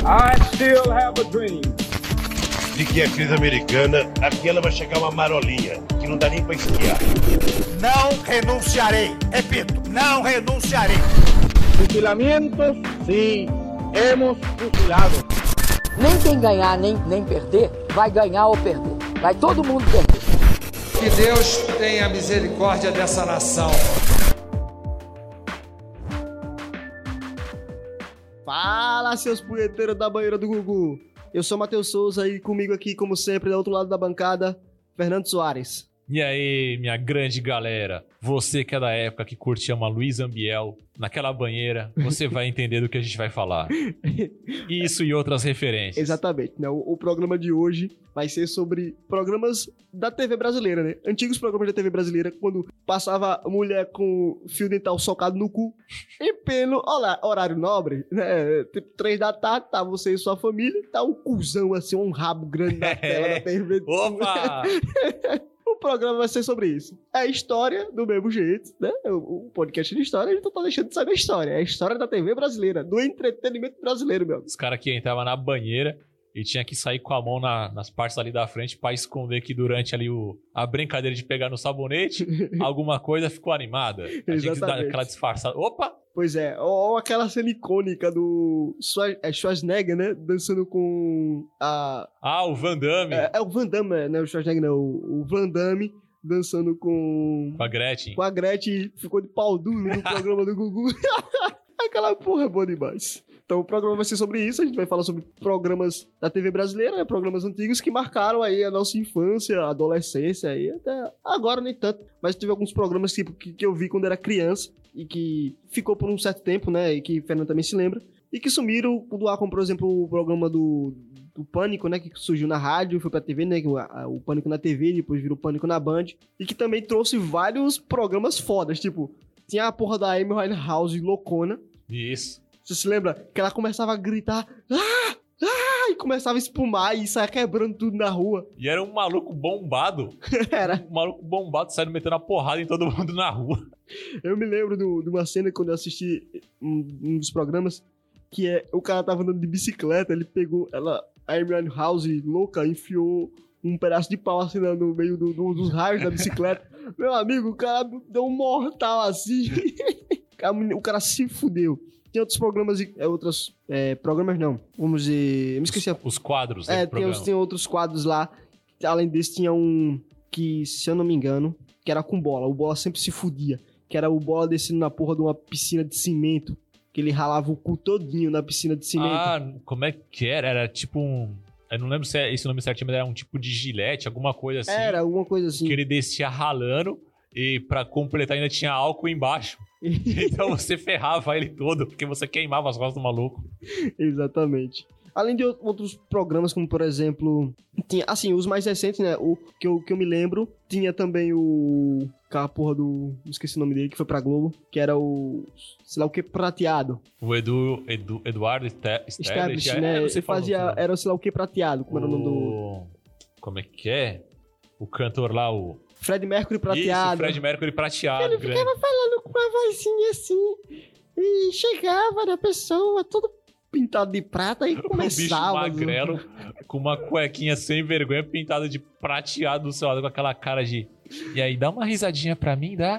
I still have a dream. De que a crise americana, aqui ela vai chegar uma marolinha, que não dá nem pra esquiar. Não renunciarei. Repito, não renunciarei. Fusilamientos, sim, hemos fusilado. Nem quem ganhar, nem perder, vai ganhar ou perder. Vai todo mundo perder. Que Deus tenha misericórdia dessa nação. Fala, seus punheteiros da banheira do Gugu. Eu sou Matheus Souza e comigo aqui, como sempre, do outro lado da bancada, Fernando Soares. E aí, minha grande galera, você que é da época que curtia uma Luiz Ambiel naquela banheira, você vai entender do que a gente vai falar. Isso e outras referências. Exatamente, né? O programa de hoje vai ser sobre programas da TV brasileira, né? Antigos programas da TV brasileira, quando passava mulher com fio dental socado no cu, em pleno horário nobre, né? Tipo 3 da tarde, tá você e sua família, tá um cuzão assim, um rabo grande na tela da TV. Opa! O programa vai ser sobre isso. É a história do mesmo jeito, né? O podcast de história, a gente não tá deixando de saber a história. É a história da TV brasileira, do entretenimento brasileiro, meu amigo. Os caras que entravam na banheira e tinha que sair com a mão nas partes ali da frente pra esconder que durante ali a brincadeira de pegar no sabonete, alguma coisa ficou animada. A gente tinha que dar aquela disfarçada. Opa! Pois é, ou aquela cena icônica do Schwarzenegger, né? Dançando com a... Ah, o Van Damme. É o Van Damme, né? O Schwarzenegger não, o Van Damme dançando com a Gretchen. Com a Gretchen, ficou de pau duro no programa do Gugu. Aquela porra é boa demais. Então o programa vai ser sobre isso, a gente vai falar sobre programas da TV brasileira, né? Programas antigos que marcaram aí a nossa infância, a adolescência aí, até agora nem tanto. Mas teve alguns programas tipo, que eu vi quando era criança e que ficou por um certo tempo, né? E que o Fernando também se lembra. E que sumiram do ar, como por exemplo o programa do Pânico, né? Que surgiu na rádio, foi pra TV, né? O Pânico na TV, depois virou Pânico na Band. E que também trouxe vários programas fodas, tipo... Tinha a porra da Amy Winehouse loucona. Isso. Você se lembra? Que ela começava a gritar... e começava a espumar e saia quebrando tudo na rua. E era um maluco bombado. Era. Um maluco bombado saindo metendo a porrada em todo mundo na rua. Eu me lembro de uma cena quando eu assisti um dos programas, que o cara tava andando de bicicleta, ele pegou a Amy Winehouse louca, enfiou um pedaço de pau assim no meio dos raios da bicicleta. Meu amigo, o cara deu um mortal assim. O cara se fudeu. Tem outros programas e programas não. Vamos dizer... Eu me esqueci. Os quadros, né? Tem outros quadros lá. Além desse, tinha um que, se eu não me engano, que era com bola. O bola sempre se fudia. Que era o bola descendo na porra de uma piscina de cimento. Que ele ralava o cu todinho na piscina de cimento. Ah, como é que era? Era tipo um... Eu não lembro se é esse nome certinho, mas era um tipo de gilete, alguma coisa assim. Era, alguma coisa assim. Que ele descia ralando e pra completar ainda tinha álcool embaixo. Então você ferrava ele todo, porque você queimava as costas do maluco. Exatamente. Além de outros programas, como por exemplo... Tinha, assim, os mais recentes, né? O que eu me lembro, tinha também aquela porra do... Não esqueci o nome dele, que foi pra Globo. Que era o... Sei lá o que, prateado. O Eduardo Stablish, né? Ele fazia... Era sei lá o que, prateado. Como era o nome do... Como é que é? O cantor lá, o... Fred Mercury prateado. Isso, Fred Mercury prateado. Ele ficava falando com uma vozinha assim. E chegava na pessoa, todo pintado de prata e começava. Um bicho magrelo, com uma cuequinha sem vergonha, pintada de prateado do seu lado, com aquela cara de... E aí, dá uma risadinha pra mim, dá?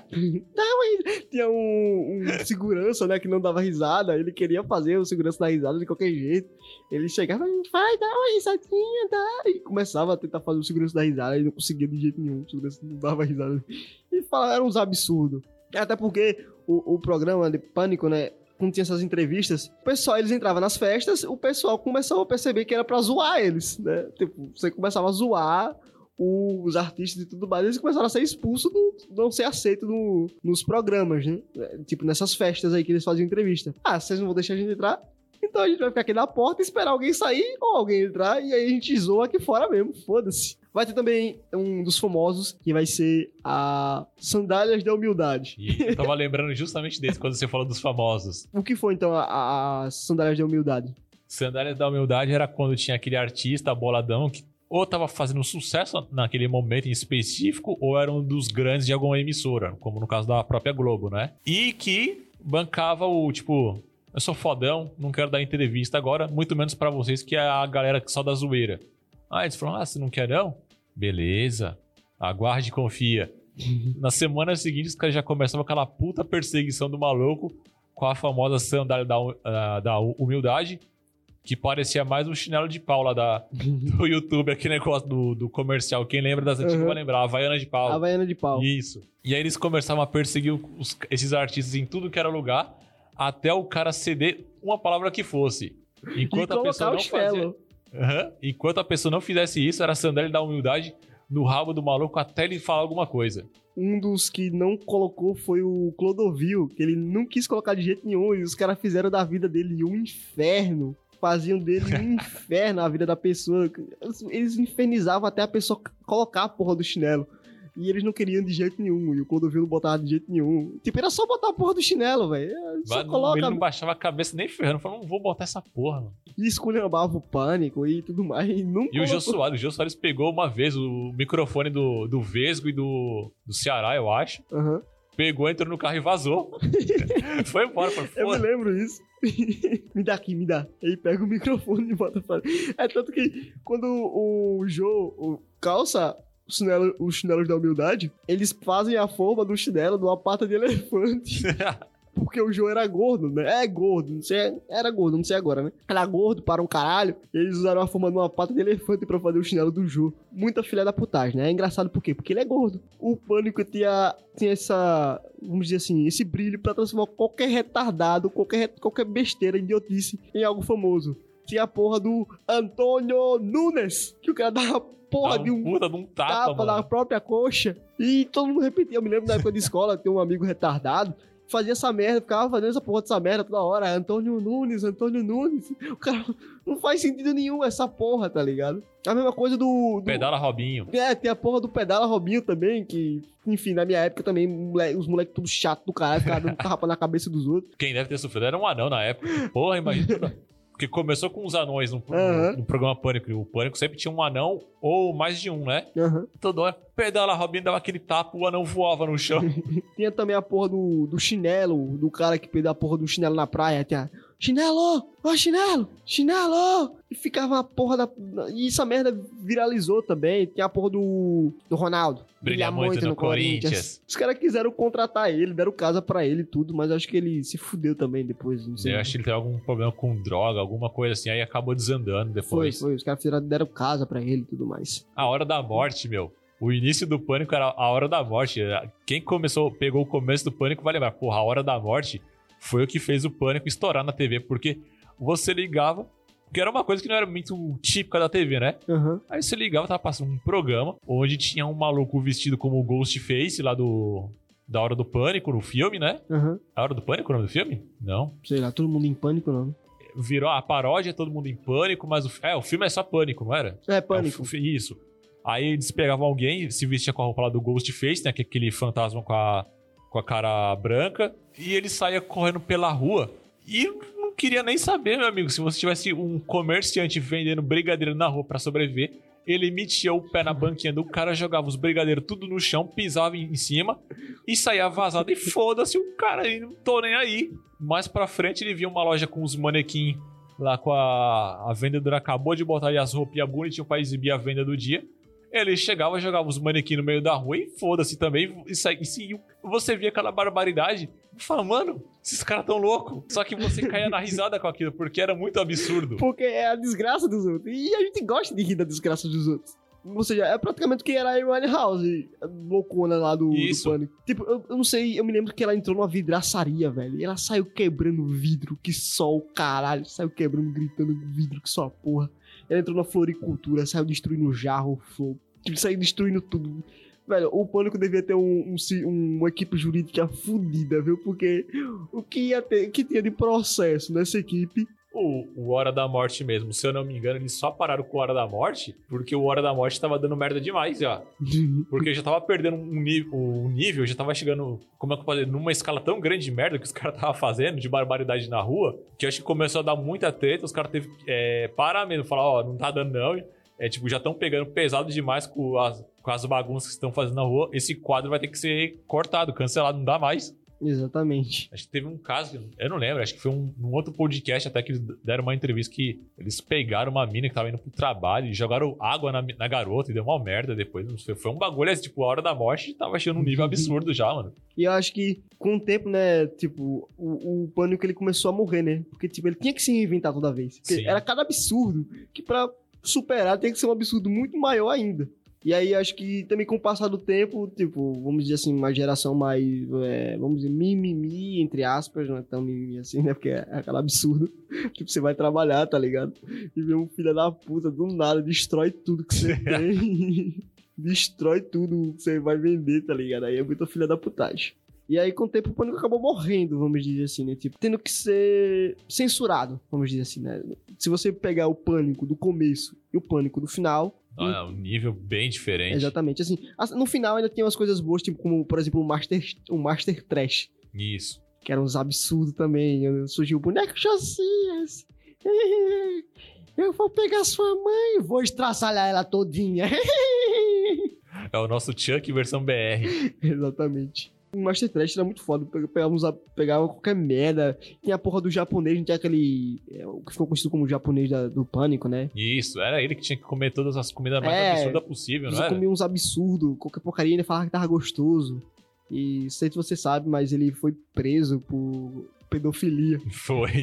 Tinha um segurança, né, que não dava risada. Ele queria fazer o segurança dar risada de qualquer jeito. Ele chegava e vai, dá uma risadinha, dá. E começava a tentar fazer o segurança dar risada. E não conseguia de jeito nenhum. O segurança não dava risada. E falava, era uns absurdos. Até porque o programa de Pânico, né, quando tinha essas entrevistas, o pessoal, eles entravam nas festas, o pessoal começou a perceber que era pra zoar eles, né? Tipo, você começava a zoar os artistas e tudo mais, eles começaram a ser expulsos, não ser aceito nos programas, né? Tipo, nessas festas aí que eles faziam entrevista. Ah, vocês não vão deixar a gente entrar? Então a gente vai ficar aqui na porta, esperar alguém sair ou alguém entrar, e aí a gente zoa aqui fora mesmo, foda-se. Vai ter também um dos famosos, que vai ser a Sandálias da Humildade. E eu tava lembrando justamente desse, quando você falou dos famosos. O que foi, então, a Sandálias da Humildade? Sandálias da Humildade era quando tinha aquele artista boladão que ou tava fazendo sucesso naquele momento em específico, ou era um dos grandes de alguma emissora, como no caso da própria Globo, né? E que bancava o, tipo... eu sou fodão, não quero dar entrevista agora, muito menos pra vocês que é a galera só da zoeira. Aí eles falaram, você não quer não? Beleza, aguarde e confia. Na semana seguinte, os caras já começavam aquela puta perseguição do maluco com a famosa sandália da humildade, que parecia mais um chinelo de pau lá do YouTube, aquele negócio do comercial. Quem lembra das antigas vai lembrar, a Havaiana de pau. Havaiana de pau. Isso. E aí eles começavam a perseguir esses artistas em tudo que era lugar, até o cara ceder uma palavra que fosse. Enquanto a pessoa não fazia... Enquanto a pessoa não fizesse isso, era a sandália da humildade no rabo do maluco até ele falar alguma coisa. Um dos que não colocou foi o Clodovil, que ele não quis colocar de jeito nenhum, e os caras fizeram da vida dele um inferno. Faziam dele um inferno a vida da pessoa. Eles infernizavam até a pessoa colocar a porra do chinelo. E eles não queriam de jeito nenhum. E o Clodovil não botava de jeito nenhum. Tipo, era só botar a porra do chinelo, velho. Só coloca... Ele não baixava a cabeça nem ferrando. Falou, não vou botar essa porra, mano. E esculhambava o Pânico e tudo mais. E o Jô Soares pegou uma vez o microfone do Vesgo e do Ceará, eu acho. Pegou, entrou no carro e vazou. Foi embora. Eu me lembro isso. Me dá aqui, me dá. Aí pega o microfone e bota pra... É tanto que quando o Jô calça os chinelos da humildade, eles fazem a forma do chinelo de uma pata de elefante. Porque o Jô era gordo, né? É gordo, não sei, era gordo, não sei agora, né? Era gordo para um caralho, e eles usaram a forma de uma pata de elefante pra fazer o chinelo do Jô. Muita filha da putagem, né? É engraçado por quê? Porque ele é gordo. O Pânico tinha essa, vamos dizer assim, esse brilho pra transformar qualquer retardado, qualquer besteira, idiotice, em algo famoso. Tinha a porra do Antônio Nunes, que o cara dava porra de um tapa na própria coxa. E todo mundo repetia. Eu me lembro da época de escola, tem um amigo retardado, fazia essa merda, ficava fazendo essa porra dessa merda toda hora. Antônio Nunes. O cara, não faz sentido nenhum essa porra, tá ligado? A mesma coisa do... Pedala Robinho. É, tem a porra do Pedala Robinho também, que... Enfim, na minha época também, os moleques tudo chato do caralho, ficavam dando tapa na cabeça dos outros. Quem deve ter sofrido era um anão na época. Porra, imagina... Porque começou com os anões no programa Pânico. E o Pânico sempre tinha um anão ou mais de um, né? Toda hora, Pedala Robinho dava aquele tapa, o anão voava no chão. Tinha também a porra do chinelo, do cara que perdeu a porra do chinelo na praia. Tinha, chinelo! Ó, chinelo! E ficava a porra da... E essa merda viralizou também. Tinha a porra do Ronaldo. Brilha muito no Corinthians. Os caras quiseram contratar ele, deram casa pra ele e tudo, mas acho que ele se fudeu também depois. Não sei. Eu acho que ele teve algum problema com droga, alguma coisa assim, aí acabou desandando depois. Foi. Os caras deram casa pra ele e tudo mais. A hora da morte, meu. O início do Pânico era a hora da morte. Quem pegou o começo do Pânico vai lembrar. Porra, a hora da morte foi o que fez o Pânico estourar na TV, porque você ligava, que era uma coisa que não era muito típica da TV, né? Aí você ligava, tava passando um programa onde tinha um maluco vestido como o Ghostface lá da Hora do Pânico, no filme, né? A Hora do Pânico, o nome do filme? Não. Sei lá, Todo Mundo em Pânico, não. Virou a paródia, Todo Mundo em Pânico, mas o filme é só Pânico, não era? É, Pânico. Isso. Aí eles pegavam alguém, se vestia com a roupa lá do Ghostface, né? Que é aquele fantasma com a cara branca. E ele saía correndo pela rua. E não queria nem saber, meu amigo. Se você tivesse um comerciante vendendo brigadeiro na rua pra sobreviver, ele metia o pé na banquinha do cara, jogava os brigadeiros tudo no chão, pisava em cima e saía vazado. E foda-se o cara aí, não tô nem aí. Mais pra frente ele via uma loja com os manequins lá com a vendedora acabou de botar ali as roupinhas bonitinhas pra exibir a venda do dia. Ele chegava, jogava os manequins no meio da rua e foda-se também. E se você via aquela barbaridade, fala, mano, esses caras tão loucos. Só que você caía na risada com aquilo, porque era muito absurdo. Porque é a desgraça dos outros. E a gente gosta de rir da desgraça dos outros. Ou seja, é praticamente que era a Amy House, loucona lá do Pânico. Tipo, eu não sei, eu me lembro que ela entrou numa vidraçaria, velho. E ela saiu quebrando vidro, que só o caralho. Saiu quebrando, gritando vidro, que só a porra. Ela entrou na floricultura, saiu destruindo jarro, fogo. Saiu destruindo tudo. Velho, o Pânico devia ter uma equipe jurídica fodida, viu? Porque o que tinha de processo nessa equipe... O Hora da Morte mesmo, se eu não me engano, eles só pararam com o Hora da Morte porque o Hora da Morte tava dando merda demais já. Porque já tava perdendo o nível, já tava chegando, como é que eu posso dizer, numa escala tão grande de merda que os caras tava fazendo, de barbaridade na rua, que eu acho que começou a dar muita treta, os caras teve que parar mesmo, falar, ó, não tá dando não. Tipo, já estão pegando pesado demais com as bagunças que estão fazendo na rua. Esse quadro vai ter que ser cortado, cancelado, não dá mais. Exatamente. Acho que teve um caso, eu não lembro, acho que foi num outro podcast até que eles deram uma entrevista que eles pegaram uma mina que tava indo pro trabalho e jogaram água na garota e deu uma merda depois. Não sei, foi um bagulho assim, tipo, a hora da morte tava achando um nível absurdo já, mano. E eu acho que com o tempo, né, tipo, o Pânico ele começou a morrer, né? Porque, tipo, ele tinha que se reinventar toda vez. Porque Sim. era cada absurdo que pra superar tem que ser um absurdo muito maior ainda. E aí, acho que também com o passar do tempo, tipo, vamos dizer assim, uma geração mais, vamos dizer, mimimi, entre aspas, não é tão mimimi assim, né? Porque é aquele absurdo. Tipo, você vai trabalhar, tá ligado? E vê um filho da puta, do nada, destrói tudo que você tem. Destrói tudo que você vai vender, tá ligado? Aí é muito filha da putagem. E aí, com o tempo, o Pânico acabou morrendo, vamos dizer assim, né? Tipo, tendo que ser censurado, vamos dizer assim, né? Se você pegar o Pânico do começo e o Pânico do final... É um nível bem diferente. Exatamente, assim, no final ainda tem umas coisas boas, tipo como, por exemplo, o Master Trash. Isso. Que eram uns absurdos também. Surgiu o boneco Josias. Eu vou pegar sua mãe e vou estraçalhar ela todinha. É o nosso Chuck versão BR. Exatamente. O Master Trash era muito foda. Pegava qualquer merda. Tem a porra do japonês, não tinha aquele... o que ficou conhecido como o japonês do Pânico, né? Isso, era ele que tinha que comer todas as comidas mais absurdas possível, não era? Ele comia uns absurdos, qualquer porcaria, ele falava que tava gostoso. E não sei se você sabe, mas ele foi preso por pedofilia. Foi,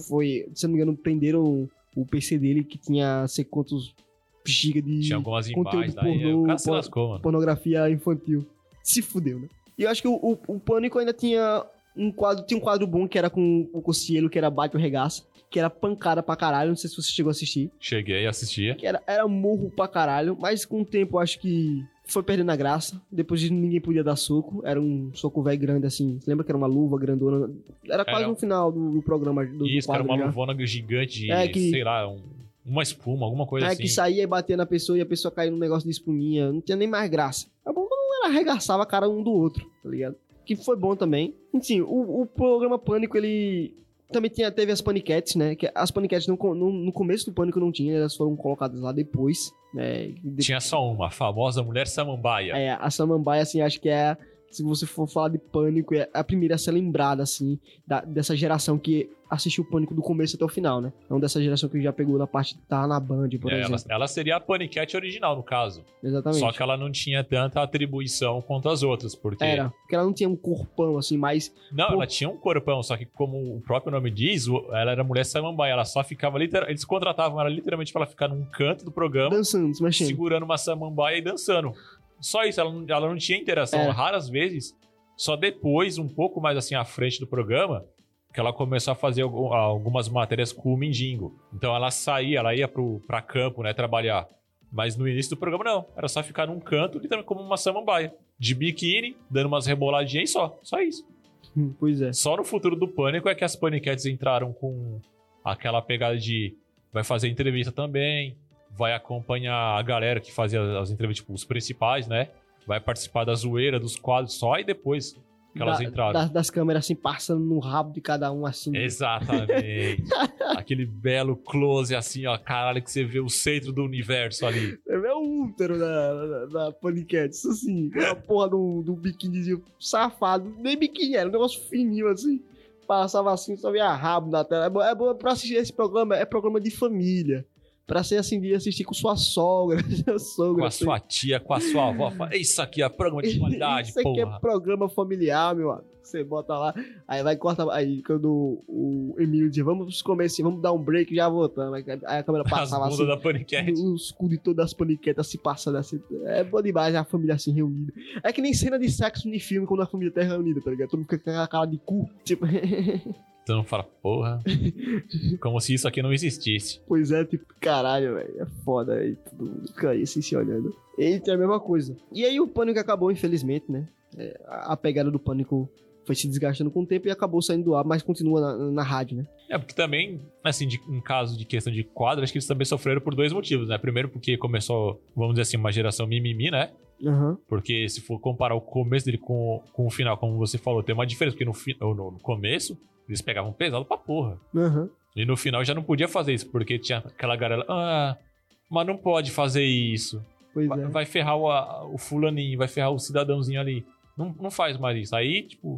se não me engano, prenderam o PC dele que tinha sei quantos giga de tinha algumas conteúdo imagens, daí o cara se lascou, mano. Pornografia infantil. Se fudeu, né? E eu acho que o Pânico ainda tinha um quadro bom que era com o Cossielo, que era Bate o Regaça, que era pancada pra caralho, não sei se você chegou a assistir. Cheguei a assistir. Que era morro pra caralho, mas com o tempo eu acho que foi perdendo a graça. Depois ninguém podia dar soco, era um soco velho grande assim. Você lembra que era uma luva grandona? Era quase no final do programa. Isso, era uma luvona gigante de, sei lá, uma espuma, alguma coisa assim. Que saía e batia na pessoa e a pessoa caía num negócio de espuminha. Não tinha nem mais graça. É bom quando ela arregaçava a cara um do outro, tá ligado? Que foi bom também. Enfim, o programa Pânico, ele também teve as paniquetes, né? Que as paniquetes no começo do Pânico não tinha, elas foram colocadas lá depois, né? Tinha só uma, a famosa Mulher Samambaia. A Samambaia, assim, acho que se você for falar de Pânico, é a primeira a ser lembrada, assim, dessa geração que assistiu o Pânico do começo até o final, né? Não dessa geração que já pegou na parte que tava na Band, por exemplo. Ela seria a Paniquete original, no caso. Exatamente. Só que ela não tinha tanta atribuição quanto as outras, porque... Porque ela não tinha um corpão, assim, mais... Não, ela tinha um corpão, só que como o próprio nome diz, ela era mulher samambaia, ela só ficava eles contratavam ela literalmente pra ela ficar num canto do programa, dançando, se mexendo, segurando uma samambaia e dançando. Só isso, ela não tinha interação. Raras vezes, só depois, um pouco mais assim à frente do programa, que ela começou a fazer algumas matérias com o Mindingo. Então ela ia pra campo, né, trabalhar. Mas no início do programa não, era só ficar num canto, literalmente como uma samambaia. De biquíni, dando umas reboladinhas e só isso. Pois é. Só no futuro do Pânico é que as Paniquetes entraram com aquela pegada de vai fazer entrevista também, vai acompanhar a galera que fazia as entrevistas, tipo, os principais, né? Vai participar da zoeira, dos quadros, só e depois que elas entraram. Das câmeras, assim, passando no rabo de cada um, assim. Exatamente. Aquele belo close, assim, ó, caralho, que você vê o centro do universo ali. Você vê o útero da Paniquete, isso assim, a porra do biquínizinho safado, nem biquíni era, um negócio fininho, assim. Passava assim, só via rabo na tela. É bom pra assistir esse programa, é programa de família. Pra ser assim, de assistir com sua sogra, com a sua tia, com a sua avó. Isso aqui é programa de qualidade, porra. Isso aqui é programa familiar, meu amigo. Você bota lá, aí vai cortar. Aí quando o Emílio dizia, vamos comer assim, vamos dar um break, já voltamos. Aí a câmera passava assim. Da Paniquete. Os cu de todas as paniquetas se passando assim. É bom demais a família assim reunida. É que nem cena de sexo de filme quando a família tá reunida, tá ligado? Todo mundo fica com aquela cara de cu. Tipo. Todo mundo fala, porra, como se isso aqui não existisse. Pois é, tipo, caralho, velho, é foda, aí todo mundo fica aí assim se olhando. Eita, é a mesma coisa. E aí o Pânico acabou, infelizmente, né? A pegada do Pânico foi se desgastando com o tempo e acabou saindo do ar, mas continua na rádio, né? Porque também, assim, em caso de questão de quadro, acho que eles também sofreram por dois motivos, né? Primeiro porque começou, vamos dizer assim, uma geração mimimi, né? Uhum. Porque se for comparar o começo dele com o final, como você falou, tem uma diferença, porque no começo eles pegavam pesado pra porra. Uhum. E no final já não podia fazer isso, porque tinha aquela galera, mas não pode fazer isso. Vai ferrar o fulaninho, vai ferrar o cidadãozinho ali. Não faz mais isso. Aí, tipo,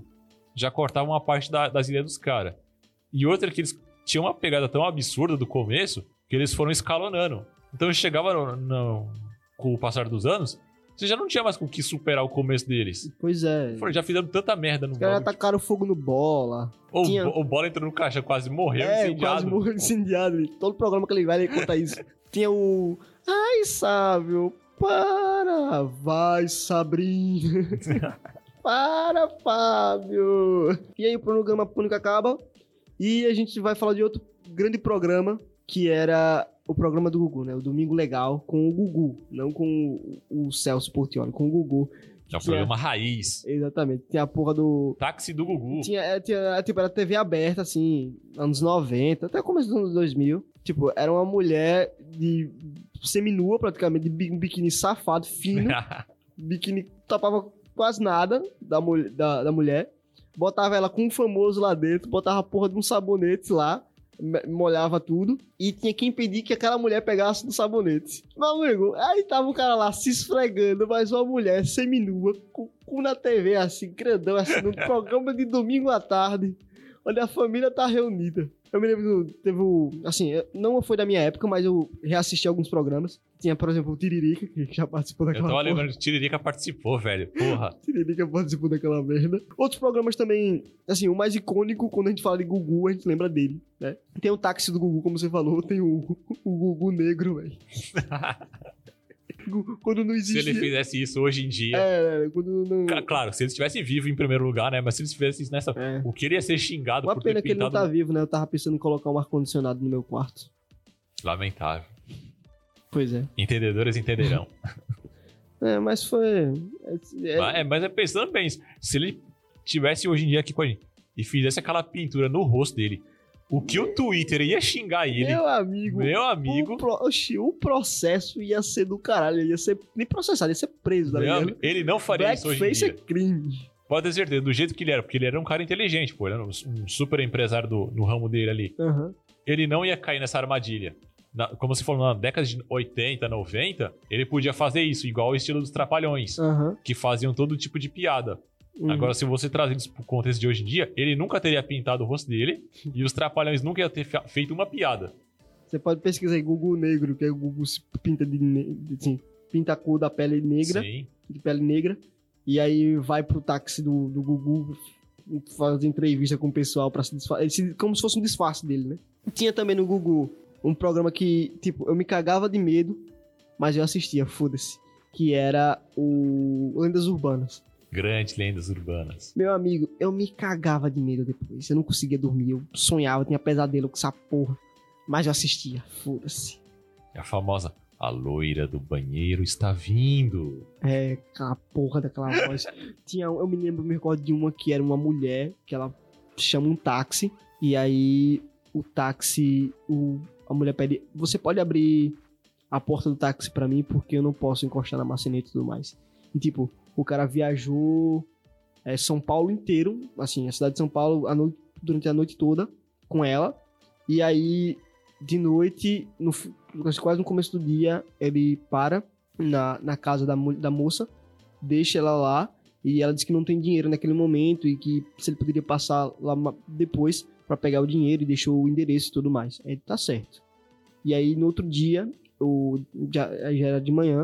já cortava uma parte das ideias dos caras. E outra que eles tinham uma pegada tão absurda do começo que eles foram escalonando. Então chegava com o passar dos anos, você já não tinha mais com o que superar o começo deles. Pois é. Já fizeram tanta merda no Os caras atacaram fogo no Bola. O Bola entrou no caixa, quase morreu incendiado. Quase morreu incendiado. Todo programa que ele vai, ele conta isso. Tinha o... Ai, Sábio, para. Vai, Sabrina. Para, Fábio. E aí o programa Pânico acaba e a gente vai falar de outro grande programa, que era o programa do Gugu, né? O Domingo Legal, com o Gugu, não com o Celso Portiolli, com o Gugu. É um programa raiz. Exatamente. Tinha a porra do... Táxi do Gugu. Tipo, era TV aberta, assim, anos 90, até começo dos anos 2000. Tipo, era uma mulher de seminua, praticamente, de um biquíni safado, fino. Biquíni tapava quase nada da mulher. Botava ela com um famoso lá dentro, botava a porra de um sabonete lá, molhava tudo, e tinha que impedir que aquela mulher pegasse no sabonete. Meu amigo, aí tava o cara lá se esfregando, mas uma mulher seminua, com na TV assim, grandão, assim, num programa de domingo à tarde, onde a família tá reunida. Eu me lembro, assim, não foi da minha época, mas eu reassisti alguns programas. Tinha, por exemplo, o Tiririca, que já participou daquela merda. Eu tava lembrando que o Tiririca participou, velho. Porra. Tiririca participou daquela merda. Outros programas também, assim, o mais icônico, quando a gente fala de Gugu, a gente lembra dele, né? Tem o táxi do Gugu, como você falou, tem o Gugu negro, velho. Quando não existia... Se ele fizesse isso hoje em dia... quando não... Claro, se ele estivesse vivo em primeiro lugar, né? Mas se ele fizesse isso nessa... O que ele ia ser xingado uma por pena ter que ele não tá vivo, né? Eu tava pensando em colocar um ar-condicionado no meu quarto. Lamentável. Pois é. Entendedores entenderão. Mas foi... Mas é pensando bem, se ele tivesse hoje em dia aqui com a gente e fizesse aquela pintura no rosto dele, o que o Twitter ia xingar ele... Meu amigo... O processo ia ser do caralho. Ele ia ser nem processado, ia ser preso. Ele não faria isso hoje em dia. Blackface é crime. Pode ter certeza, do jeito que ele era. Porque ele era um cara inteligente, pô. Ele era um super empresário no ramo dele ali. Uhum. Ele não ia cair nessa armadilha. Como se for na década de 80, 90, ele podia fazer isso, igual o estilo dos Trapalhões. Que faziam todo tipo de piada. Agora, se você trazer isso pro contexto de hoje em dia, ele nunca teria pintado o rosto dele e os Trapalhões nunca iam ter feito uma piada. Você pode pesquisar aí Gugu negro, que é o Gugu se pinta pinta a cor da pele negra. Sim. De pele negra. E aí vai pro táxi do Gugu fazer entrevista com o pessoal pra se disfarçar. Como se fosse um disfarce dele, né? Tinha também no Gugu um programa que, tipo, eu me cagava de medo, mas eu assistia, foda-se. Que era o Lendas Urbanas. Grandes lendas urbanas. Meu amigo, eu me cagava de medo depois. Eu não conseguia dormir, eu sonhava, eu tinha pesadelo com essa porra. Mas eu assistia, foda-se. A famosa, a loira do banheiro está vindo. Aquela porra daquela voz. Eu me recordo de uma que era uma mulher, que ela chama um táxi, e aí o táxi, a mulher pede, você pode abrir a porta do táxi pra mim, porque eu não posso encostar na maçaneta e tudo mais. E tipo, o cara viajou São Paulo inteiro, assim, a cidade de São Paulo durante a noite toda com ela. E aí, de noite, quase no começo do dia, ele para na casa da moça, deixa ela lá, e ela diz que não tem dinheiro naquele momento e que se ele poderia passar lá depois pra pegar o dinheiro, e deixou o endereço e tudo mais. Aí tá certo. E aí, no outro dia, já era de manhã,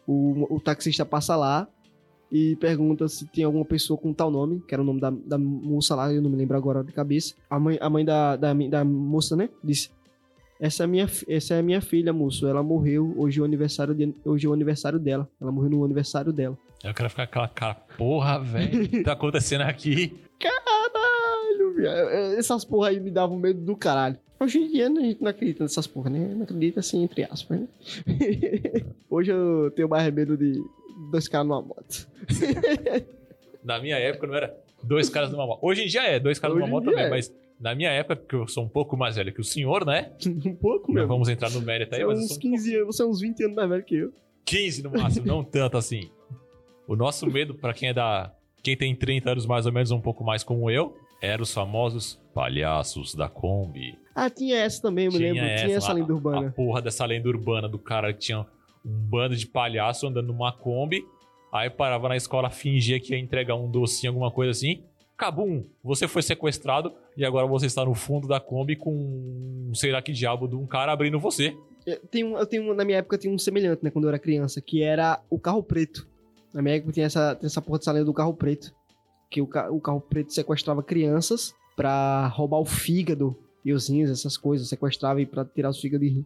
o taxista passa lá e pergunta se tem alguma pessoa com tal nome, que era o nome da moça lá, eu não me lembro agora de cabeça. A mãe da moça, né, disse: essa é a minha filha, moço, ela morreu, hoje é o aniversário dela. Ela morreu no aniversário dela. Eu quero ficar com aquela cara, porra, velho, o que tá acontecendo aqui? Caralho, velho. Essas porra aí me davam medo do caralho. Hoje em dia a gente não acredita nessas porra, né? Não acredita assim, entre aspas, né? Hoje eu tenho mais medo de 2 caras numa moto. Na minha época não era 2 caras numa moto. Hoje em dia é 2 caras numa moto também, mas na minha época, porque eu sou um pouco mais velho que o senhor, né? Um pouco mesmo. Vamos entrar no mérito aí, mas uns 15 anos, você é uns 20 anos mais velho que eu. 15 no máximo, não tanto assim. O nosso medo, pra quem tem 30 anos mais ou menos, um pouco mais como eu, eram os famosos palhaços da Kombi. Tinha essa também, eu me lembro. Tinha essa lenda urbana. A porra dessa lenda urbana do cara que tinha um bando de palhaço andando numa Kombi, aí parava na escola, fingia que ia entregar um docinho, alguma coisa assim, Cabum, você foi sequestrado e agora você está no fundo da Kombi com sei lá que diabo de um cara abrindo você. Na minha época tinha um semelhante, né, quando eu era criança, que era o carro preto. Na minha época tinha essa porra dessa lenda do carro preto. Que o carro preto sequestrava crianças pra roubar o fígado e os rins, essas coisas. Sequestrava pra tirar os fígados e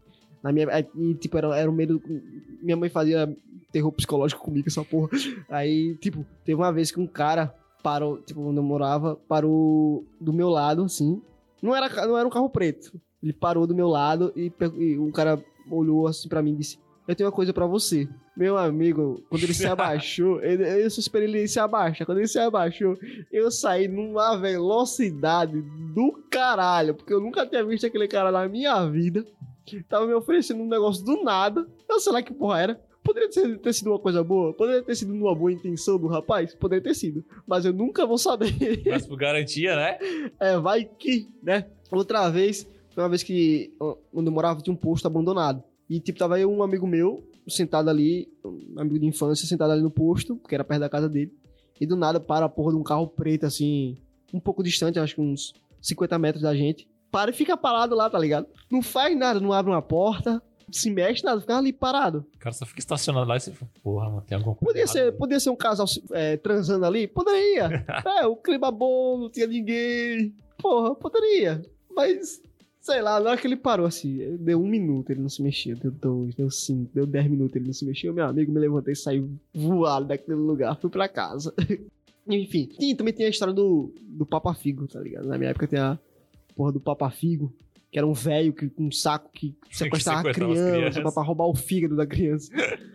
e, tipo, era um medo... Minha mãe fazia terror psicológico comigo, essa porra. Aí, tipo, teve uma vez que um cara parou, tipo, onde eu morava, parou do meu lado, assim. Não era um carro preto. Ele parou do meu lado e um cara olhou assim pra mim e disse: eu tenho uma coisa pra você. Meu amigo, quando ele se abaixou, eu esperei ele se abaixar. Quando ele se abaixou, eu saí numa velocidade do caralho, porque eu nunca tinha visto aquele cara na minha vida. Tava me oferecendo um negócio do nada. Eu sei lá que porra era. Poderia ter sido uma coisa boa, poderia ter sido uma boa intenção do rapaz, poderia ter sido, mas eu nunca vou saber. Mas por garantia, né? Vai que, né? Outra vez, foi uma vez que onde eu morava tinha um posto abandonado. E tipo, tava eu um amigo meu, sentado ali, um amigo de infância, sentado ali no posto, que era perto da casa dele. E do nada para a porra de um carro preto, assim, um pouco distante, acho que uns 50 metros da gente. Para e fica parado lá, tá ligado? Não faz nada, não abre uma porta, se mexe nada, fica ali parado. O cara só fica estacionado lá e você fala, porra, mano, tem alguma coisa. Podia ser um casal transando ali? Poderia. O clima bom, não tinha ninguém. Porra, poderia. Mas, sei lá, na hora que ele parou assim, deu 1 minuto, ele não se mexeu. Deu 2, deu 5, deu 10 minutos, ele não se mexeu. Meu amigo me levantei e saiu voado daquele lugar, fui pra casa. Enfim, também tem a história do Papa Figo, tá ligado? Na minha época tem a porra do Papa Figo, que era um velho com um saco que sequestrava a criança pra roubar o fígado da criança.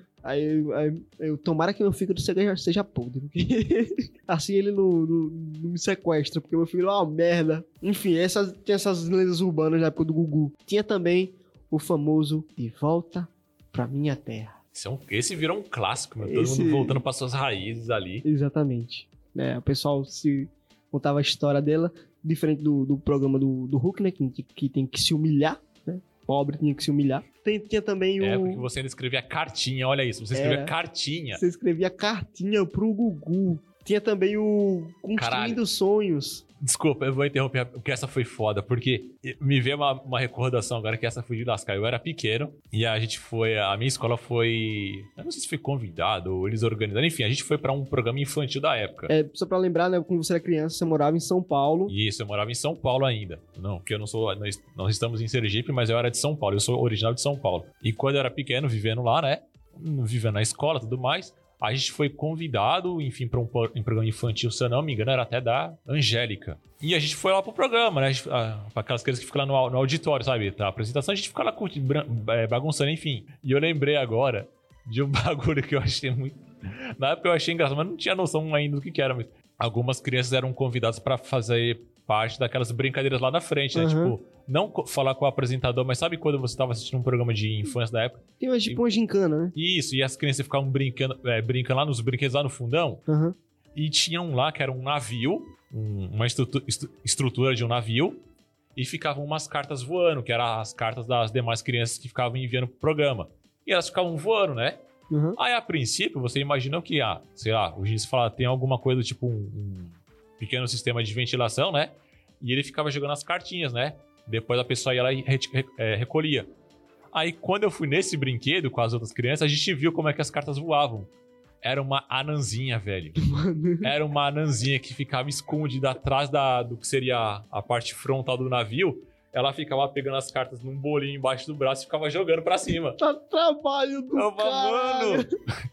Aí eu tomara que meu fígado seja podre, porque assim ele não me sequestra, porque meu fígado é uma merda. Enfim, tinha essas lendas urbanas na época do Gugu. Tinha também o famoso De Volta Pra Minha Terra. Esse virou um clássico, meu. Todo mundo voltando para suas raízes ali. Exatamente. O pessoal se contava a história dela, diferente do programa do Hulk, né? Que tem que se humilhar, né? Pobre tinha que se humilhar. Tinha também porque você ainda escrevia cartinha, olha isso. Você escrevia cartinha. Você escrevia cartinha pro Gugu. Tinha também o Construindo Sonhos. Desculpa, eu vou interromper, porque essa foi foda, porque me veio uma recordação agora que essa foi de lascar. Eu era pequeno e a minha escola foi, eu não sei se foi convidado ou eles organizaram, enfim, a gente foi pra um programa infantil da época. Só pra lembrar, né, quando você era criança, você morava em São Paulo. Isso, eu morava em São Paulo ainda. Não, porque nós estamos em Sergipe, mas eu era de São Paulo, eu sou original de São Paulo. E quando eu era pequeno, vivendo lá, né, vivendo na escola e tudo mais, a gente foi convidado, enfim, para um programa infantil, se eu não me engano, era até da Angélica. E a gente foi lá pro programa, né? Para aquelas crianças que ficam lá no auditório, sabe? A apresentação, a gente fica lá bagunçando, enfim. E eu lembrei agora de um bagulho que eu achei muito... Na época eu achei engraçado, mas não tinha noção ainda do que era. Mas algumas crianças eram convidadas para fazer parte daquelas brincadeiras lá na frente, né? Uhum. Tipo, não falar com o apresentador, mas sabe quando você tava assistindo um programa de infância da época? Tem uma gincana, né? Isso, e as crianças ficavam brincando lá nos brinquedos lá no fundão. Uhum. E tinha um lá que era um navio, uma estrutura de um navio, e ficavam umas cartas voando, que eram as cartas das demais crianças que ficavam enviando pro programa. E elas ficavam voando, né? Uhum. Aí, a princípio, você imaginou que, sei lá, o Gins fala, tem alguma coisa tipo um pequeno sistema de ventilação, né? E ele ficava jogando as cartinhas, né? Depois a pessoa ia lá e recolhia. Aí, quando eu fui nesse brinquedo com as outras crianças, a gente viu como é que as cartas voavam. Era uma anãzinha, velho. Era uma anãzinha que ficava escondida atrás do que seria a parte frontal do navio. Ela ficava pegando as cartas num bolinho embaixo do braço e ficava jogando pra cima. Tá trabalho do caralho. Mano.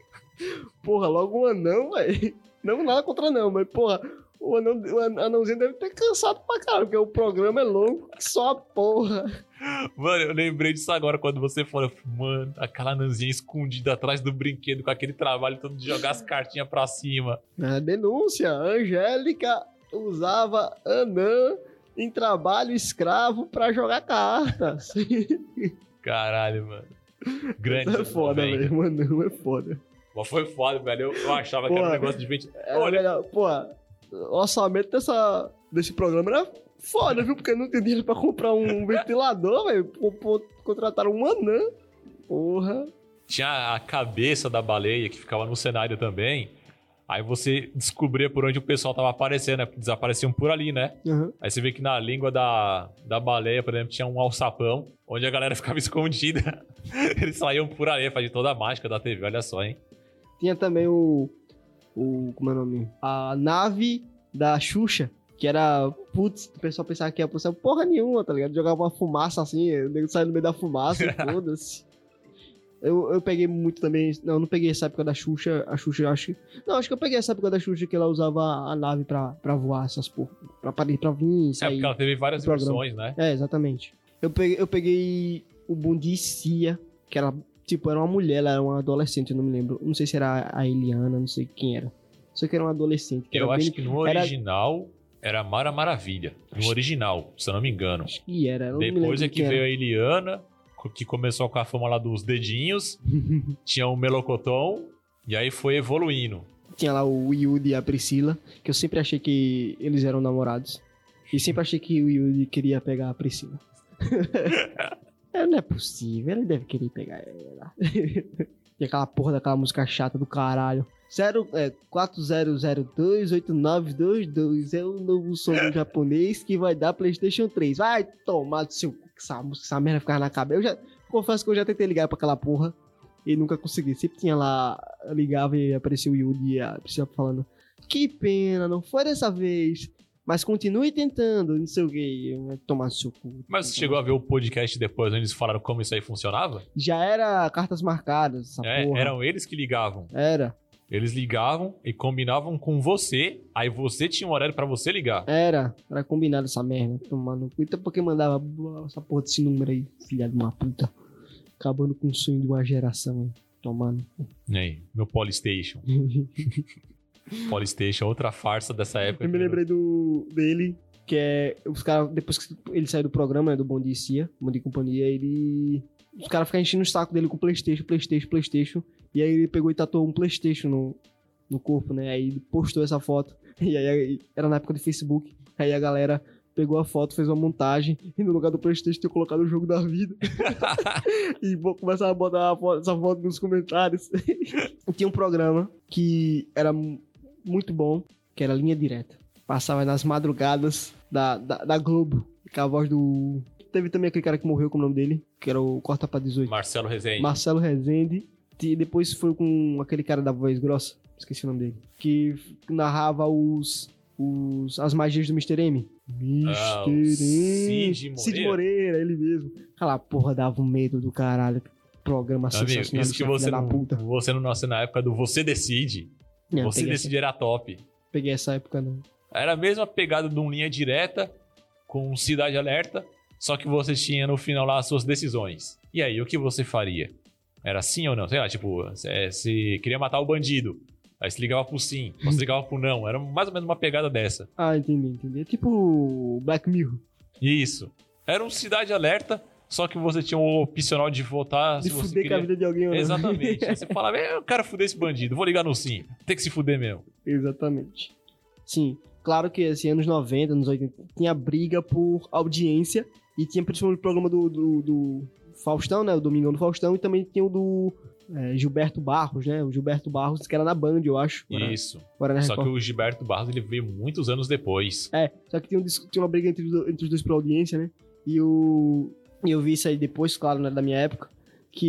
Porra, logo um anão, velho. Não nada contra não, mas porra, o anãozinho deve ter cansado pra caralho, porque o programa é longo que só a porra. Mano, eu lembrei disso agora quando você falou, mano, aquela anãzinha escondida atrás do brinquedo com aquele trabalho todo de jogar as cartinhas pra cima. Denúncia, Angélica usava anã em trabalho escravo pra jogar cartas. Caralho, mano. Grande. Isso é foda, velho. Mano, é foda. Mas foi foda, velho. Eu achava que era um negócio de 20... Olha, porra, o orçamento desse programa era foda, viu? Porque não tem dinheiro pra comprar um ventilador, velho. Contrataram um anã. Porra. Tinha a cabeça da baleia que ficava no cenário também. Aí você descobria por onde o pessoal tava aparecendo, né? Porque desapareciam por ali, né? Uhum. Aí você vê que na língua da baleia, por exemplo, tinha um alçapão, onde a galera ficava escondida. Eles saíam por ali, fazia toda a mágica da TV, olha só, hein? Tinha também como é o nome? A nave da Xuxa, que era, putz, o pessoal pensava que ia por porra nenhuma, tá ligado? Jogava uma fumaça assim, o nego saia no meio da fumaça e foda-se. Eu peguei muito também. Não peguei essa época da Xuxa. A Xuxa, eu acho. Não, acho que eu peguei essa época da Xuxa que ela usava a nave pra voar essas porra. Pra vir, sair. Porque ela teve várias versões, né? É, exatamente. Eu peguei o Bundicia, que era, tipo, era uma mulher, ela era uma adolescente, eu não me lembro. Não sei se era a Eliana, não sei quem era. Só que era uma adolescente. Eu acho que no original era Mara Maravilha. No original, se eu não me engano. Acho que era. Depois é que veio a Eliana, que começou com a fama lá dos dedinhos, tinha o Melocoton, e aí foi evoluindo. Tinha lá o Yudi e a Priscila, que eu sempre achei que eles eram namorados. E sempre achei que o Yudi queria pegar a Priscila. Não é possível, ele deve querer pegar ela. E aquela porra daquela música chata do caralho. 40028922 é o novo som do japonês que vai dar PlayStation 3. Vai tomar do seu cu, essa merda ficava na cabeça. Eu já confesso que eu já tentei ligar pra aquela porra e nunca consegui. Sempre tinha lá, eu ligava e aparecia o Yudi e a Priscila falando: que pena, não foi dessa vez, mas continue tentando, não sei o que, tomar do seu cu. Mas você chegou a ver o podcast depois onde eles falaram como isso aí funcionava? Já era cartas marcadas, essa porra. Eram eles que ligavam. Era. Eles ligavam e combinavam com você, aí você tinha um horário pra você ligar. Era combinado essa merda, tomando cu. Então por que mandava essa porra desse número aí, filha de uma puta? Acabando com o sonho de uma geração, tomando. Aí, meu Polystation. Polystation, outra farsa dessa época. Eu me lembrei dele, que é os caras, depois que ele saiu do programa, né, do Bom Dia e Cia, Bom Dia e Companhia, os caras ficam enchendo o saco dele com PlayStation. E aí ele pegou e tatuou um PlayStation no corpo, né? Aí ele postou essa foto. E aí era na época do Facebook. Aí a galera pegou a foto, fez uma montagem. E no lugar do PlayStation tinha colocado o jogo da vida. E começaram a botar essa foto nos comentários. Tinha um programa que era muito bom, que era Linha Direta. Passava nas madrugadas da Globo. Com a voz do... Teve também aquele cara que morreu, com o nome dele, que era o Corta Pra 18. Marcelo Rezende. E depois foi com aquele cara da voz grossa, esqueci o nome dele, que narrava as magias do Mr. M. Mr. M. Cid Moreira, ele mesmo. Aquela porra dava um medo do caralho. Programa sensacional. Isso que você não nasceu na época do Você Decide. Você Decide era top. Peguei essa época, não. Era a mesma pegada de um Linha Direta com Cidade Alerta, só que você tinha no final lá as suas decisões. E aí, o que você faria? Era sim ou não? Sei lá, tipo, você queria matar o bandido. Aí você ligava pro sim, ou você ligava pro não. Era mais ou menos uma pegada dessa. Ah, entendi. É tipo Black Mirror. Isso. Era um Cidade Alerta, só que você tinha o opcional de votar de se você queria... com a vida de alguém ou não. Exatamente. Você falava, eu quero fuder esse bandido, vou ligar no sim. Tem que se fuder mesmo. Exatamente. Sim, claro que assim, anos 90, anos 80, tinha briga por audiência. E tinha principalmente o programa do Faustão, né? O Domingão do Faustão. E também tinha o do Gilberto Barros, né? O Gilberto Barros, que era na Band, eu acho. Isso. Só que o Gilberto Barros, ele veio muitos anos depois. Só que tinha uma briga entre os dois por audiência, né? E eu vi isso aí depois, claro, né, da minha época, que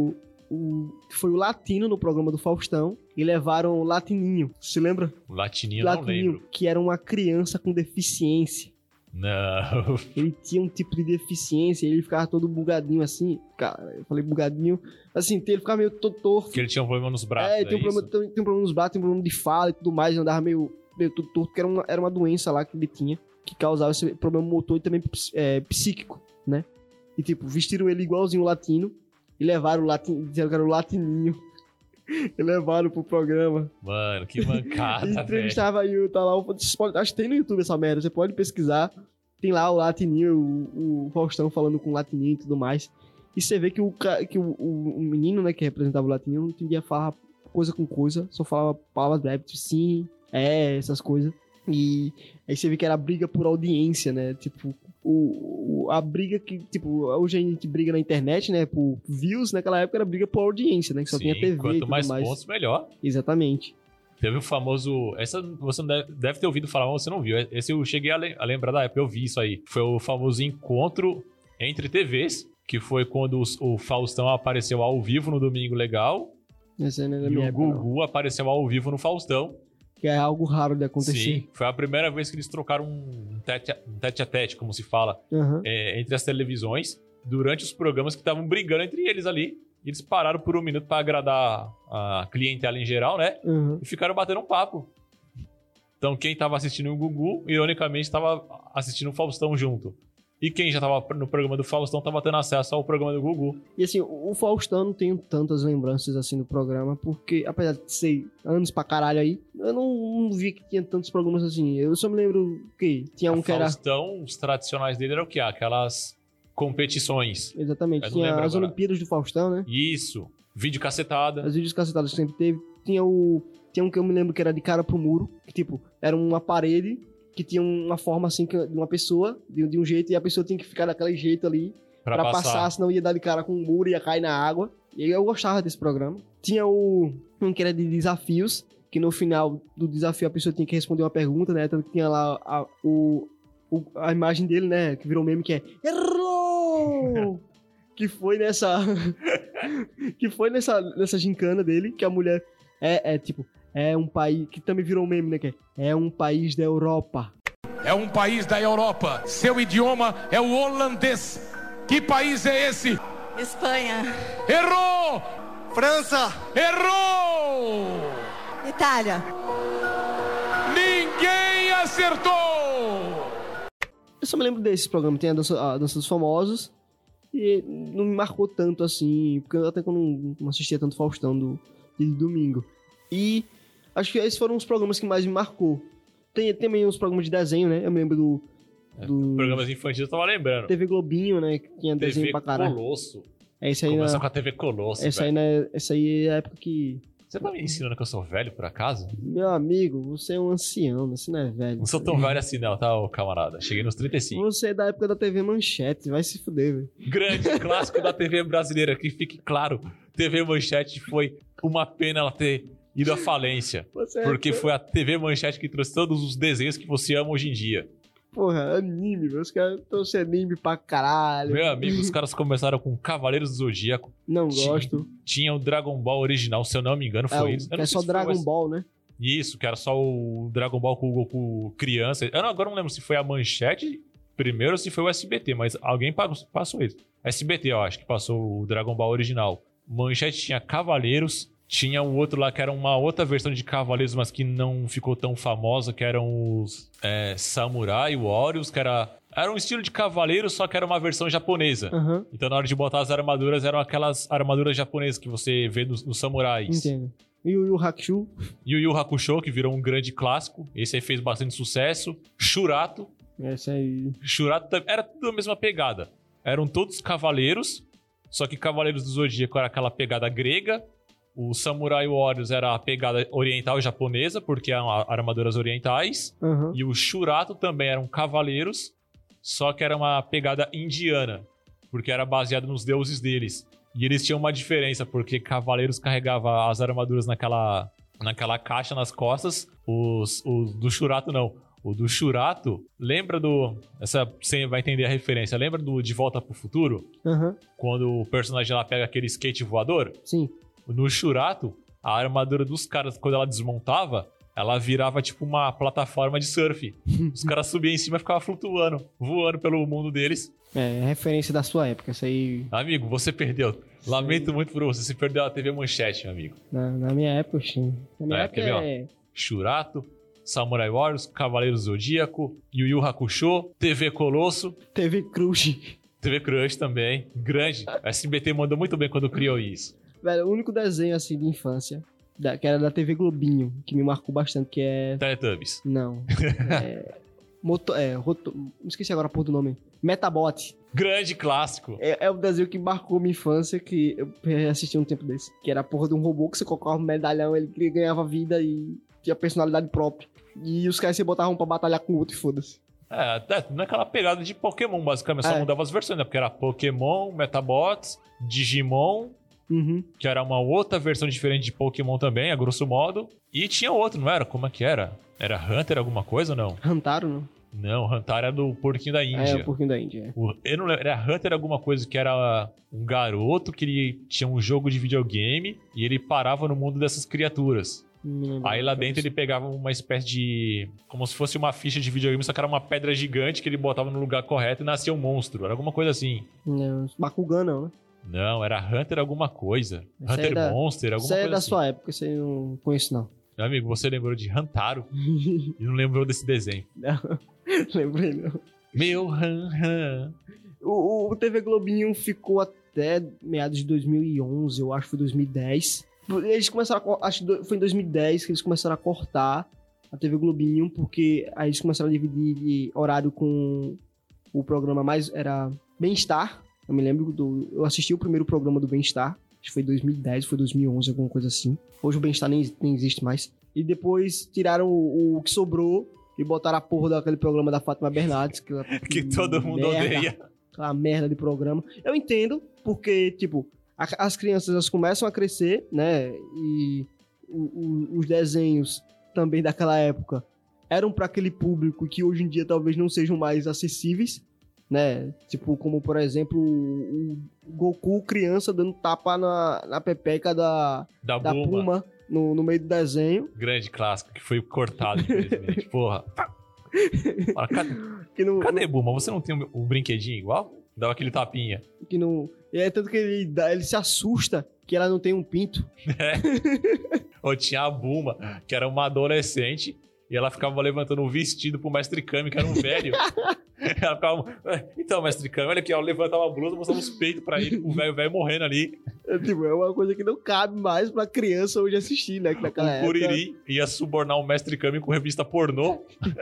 foi o Latino no programa do Faustão e levaram o Latininho. Você lembra? O Latininho eu não lembro. Que era uma criança com deficiência. Não. Ele tinha um tipo de deficiência, ele ficava todo bugadinho assim. Cara, eu falei bugadinho. Assim, ele ficava meio todo torto. Porque ele tinha um problema nos braços. Tem um problema nos braços, tem um problema de fala e tudo mais. Ele andava meio todo torto, porque era uma doença lá que ele tinha, que causava esse problema motor e também psíquico, né? E tipo, vestiram ele igualzinho o Latino e levaram o Latino, disseram que era o Latininho. E levaram pro programa. Mano, que mancada, velho. Entrevistava aí, tá lá, acho que tem no YouTube essa merda, você pode pesquisar. Tem lá o Latininho, o Faustão falando com o Latininho e tudo mais. E você vê que o menino, né, que representava o Latininho, não entendia falar coisa com coisa, só falava palavras breves, tipo, sim, essas coisas. E aí você vê que era briga por audiência, né? Tipo, a briga que, tipo, hoje a gente briga na internet, né? Por views, naquela época era briga por audiência, né? Que só tinha TV quanto e tudo mais pontos, melhor. Exatamente. Teve o famoso... Essa você não deve ter ouvido falar, mas você não viu. Esse eu cheguei a lembrar da época, eu vi isso aí. Foi o famoso encontro entre TVs, que foi quando o Faustão apareceu ao vivo no Domingo Legal. Esse não é da E minha o época, não. Gugu apareceu ao vivo no Faustão. Que é algo raro de acontecer. Sim, foi a primeira vez que eles trocaram um tete-a-tete, como se fala, Uhum. entre as televisões, durante os programas que estavam brigando entre eles ali. E eles pararam por um minuto pra agradar a clientela em geral, né? Uhum. E ficaram batendo um papo. Então quem tava assistindo o Gugu, ironicamente, tava assistindo o Faustão junto. E quem já tava no programa do Faustão tava tendo acesso ao programa do Gugu. E assim, o Faustão não tenho tantas lembranças assim do programa, porque apesar de ser anos pra caralho aí, eu não vi que tinha tantos programas assim. Eu só me lembro que tinha um que era... Faustão, os tradicionais dele eram o quê? Aquelas competições. Exatamente, Eu não tinha lembro as agora. Olimpíadas do Faustão, né? Isso. Vídeo cacetada. As vídeos cacetadas que sempre teve. Tinha um que eu me lembro que era de cara pro muro, que tipo, era uma parede que tinha uma forma assim de uma pessoa, de um jeito, e a pessoa tinha que ficar daquele jeito ali pra passar, senão ia dar de cara com o muro e ia cair na água. E eu gostava desse programa. Tinha um que era de desafios, que no final do desafio a pessoa tinha que responder uma pergunta, né? Tanto que tinha lá a imagem dele, né? Que virou meme, que é errou! Que foi nessa gincana dele, que a mulher tipo, é um país, que também virou meme, né? Que é um país da Europa. É um país da Europa. Seu idioma é o holandês. Que país é esse? Espanha. Errou! França. Errou! Itália. Ninguém acertou! Eu só me lembro desses programas. Tem a Dança dos Famosos. E não me marcou tanto assim, porque eu até que eu não assistia tanto Faustão de domingo. E acho que esses foram os programas que mais me marcou. Tem também uns programas de desenho, né? Eu me lembro do Programas infantis eu tava lembrando. TV Globinho, né? Que tinha desenho pra caralho. Colosso. Esse aí Começou com a TV Colosso, essa aí é a época que... Você tá me ensinando que eu sou velho, por acaso? Meu amigo, você é um ancião, você não é velho. Não sou tão velho assim não, tá, ô camarada? Cheguei nos 35. Você é da época da TV Manchete, vai se fuder, velho. Grande clássico da TV brasileira, que fique claro. TV Manchete foi uma pena ela ter ido à falência. Porque foi a TV Manchete que trouxe todos os desenhos que você ama hoje em dia. Porra, anime, meus caras trouxeram anime pra caralho. Meu amigo, os caras começaram com Cavaleiros do Zodíaco. Não gosto. Tinha o Dragon Ball original, se eu não me engano, foi isso. É só Dragon Ball, né? Isso, que era só o Dragon Ball com o Goku criança. Agora não lembro se foi a Manchete primeiro ou se foi o SBT, mas alguém passou isso. SBT, eu acho, que passou o Dragon Ball original. Manchete tinha Cavaleiros. Tinha um outro lá que era uma outra versão de Cavaleiros, mas que não ficou tão famosa, que eram os Samurai Warriors, que era um estilo de Cavaleiros, só que era uma versão japonesa. Uhum. Então na hora de botar as armaduras, eram aquelas armaduras japonesas que você vê nos samurais. Entendo. E o Yu Yu Hakusho? E o Yu Yu Hakusho, que virou um grande clássico. Esse aí fez bastante sucesso. Shurato. Esse aí... Shurato era tudo a mesma pegada. Eram todos cavaleiros, só que Cavaleiros do Zodíaco era aquela pegada grega. O Samurai Warriors era a pegada oriental e japonesa, porque eram armaduras orientais. Uhum. E o Shurato também eram cavaleiros, só que era uma pegada indiana, porque era baseado nos deuses deles. E eles tinham uma diferença, porque cavaleiros carregavam as armaduras naquela caixa nas costas, os do Shurato não. O do Shurato, lembra do... Você vai entender a referência. Lembra do De Volta pro Futuro? Uhum. Quando o personagem lá pega aquele skate voador? Sim. No Shurato, a armadura dos caras, quando ela desmontava, ela virava tipo uma plataforma de surf. Os caras subiam em cima e ficavam flutuando, voando pelo mundo deles. É referência da sua época, isso aí... Amigo, você perdeu. Lamento muito por você perdeu a TV Manchete, meu amigo. Na minha época, sim. Na minha época quer ver, Shurato, Samurai Warriors, Cavaleiros do Zodíaco, Yu Yu Hakusho, TV Colosso... TV Crush. TV Crush também, grande. A SBT mandou muito bem quando criou isso. Velho, o único desenho, assim, de infância, que era da TV Globinho, que me marcou bastante, que é... Teletubbies. Não. Esqueci agora a porra do nome. Metabot. Grande clássico. É o desenho que marcou minha infância, que eu assisti um tempo desse. Que era a porra de um robô que você colocava um medalhão, ele ganhava vida e tinha personalidade própria. E os caras se botavam pra batalhar com o outro e foda-se. Não é aquela pegada de Pokémon, basicamente. Só mudava as versões, né? Porque era Pokémon, Metabots, Digimon... que era uma outra versão diferente de Pokémon também, a grosso modo. E tinha outro, não era? Como é que era? Era Hunter alguma coisa ou não? Hantaro, não? Não, Hantaro era do Porquinho da Índia. O Porquinho da Índia. Eu não lembro, era Hunter alguma coisa que era um garoto que ele tinha um jogo de videogame e ele parava no mundo dessas criaturas. Aí lá dentro ele pegava uma espécie de... como se fosse uma ficha de videogame, só que era uma pedra gigante que ele botava no lugar correto e nascia um monstro. Era alguma coisa assim. Não, Bakugan não, né? Não, era Hunter alguma coisa. Esse Hunter Monster, alguma coisa assim. Isso é da sua época, isso aí eu não conheço não. Meu amigo, você lembrou de Hantaro e não lembrou desse desenho. Não, lembrei não. Meu Han. O TV Globinho ficou até meados de 2011, eu acho que foi 2010. Eles começaram acho que foi em 2010 que eles começaram a cortar a TV Globinho, porque aí eles começaram a dividir horário com o programa mais... Era Bem-Estar. Eu me lembro eu assisti o primeiro programa do Bem-Estar. Acho que foi 2010, foi 2011, alguma coisa assim. Hoje o Bem-Estar nem existe mais. E depois tiraram o que sobrou e botaram a porra daquele programa da Fátima Bernardes. Que todo mundo odeia. Aquela merda de programa. Eu entendo, porque, tipo, as crianças elas começam a crescer, né? E os desenhos também daquela época eram para aquele público que hoje em dia talvez não sejam mais acessíveis, né? Tipo, como, por exemplo, o Goku criança dando tapa na pepeca da Puma no meio do desenho. Grande clássico, que foi cortado, infelizmente. Porra. Cadê Buma? Você não tem um brinquedinho igual? Dava aquele tapinha. Que não... E é tanto que ele se assusta que ela não tem um pinto. É. Ou tinha a Buma, que era uma adolescente, e ela ficava levantando um vestido pro Mestre Kami, que era um velho. Ela ficava... Então, Mestre Kami, olha aqui, ela levantava a blusa, mostrava os peitos pra ele, o velho morrendo ali. É uma coisa que não cabe mais pra criança hoje assistir, né? Que naquela época... Curiri ia subornar o Mestre Kami com revista pornô.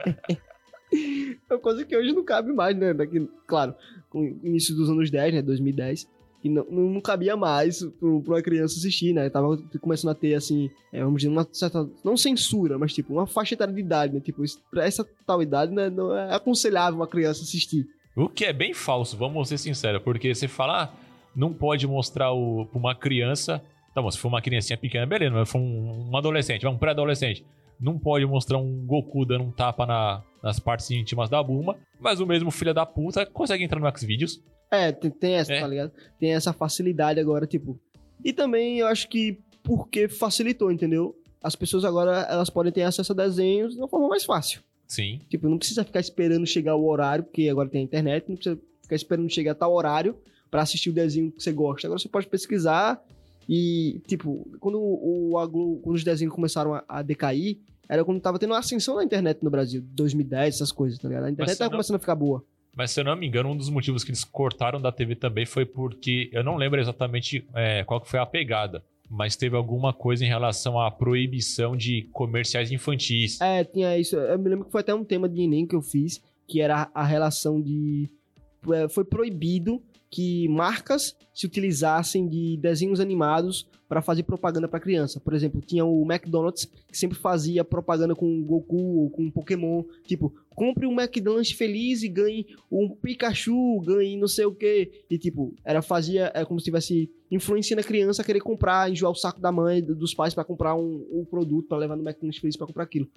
É uma coisa que hoje não cabe mais, né? Claro, com o início dos anos 10, né? 2010. E não cabia mais pra uma criança assistir, né? Tava começando a ter, assim, vamos dizer, uma certa... Não censura, mas, tipo, uma faixa etária de idade, né? Tipo, pra essa tal idade, né, não é aconselhável uma criança assistir. O que é bem falso, vamos ser sinceros. Porque você fala, não pode mostrar pra uma criança... Tá bom, se for uma criancinha pequena, beleza. Mas se for um adolescente, um pré-adolescente... Não pode mostrar um Goku dando um tapa nas partes íntimas da Bulma, mas o mesmo filho da puta consegue entrar no Xvideos. Tem essa, tá ligado? Tem essa facilidade agora, tipo... E também eu acho que porque facilitou, entendeu? As pessoas agora, elas podem ter acesso a desenhos de uma forma mais fácil. Sim. Tipo, não precisa ficar esperando chegar o horário, porque agora tem a internet, não precisa ficar esperando chegar tal horário pra assistir o desenho que você gosta. Agora você pode pesquisar e, tipo, quando os desenhos começaram a decair, era quando tava tendo uma ascensão na internet no Brasil, 2010, essas coisas, tá ligado? A internet tava começando a ficar boa. Mas se eu não me engano, um dos motivos que eles cortaram da TV também foi porque, eu não lembro exatamente qual que foi a pegada, mas teve alguma coisa em relação à proibição de comerciais infantis. Tinha isso. Eu me lembro que foi até um tema de Enem que eu fiz, que era a relação de... Foi proibido que marcas se utilizassem de desenhos animados para fazer propaganda para criança. Por exemplo, tinha o McDonald's que sempre fazia propaganda com Goku ou com Pokémon. Tipo, compre um McDonald's feliz e ganhe um Pikachu, ganhe não sei o quê. E tipo, era como se tivesse influenciando a criança a querer comprar, enjoar o saco da mãe, dos pais para comprar um produto, para levar no McDonald's feliz para comprar aquilo.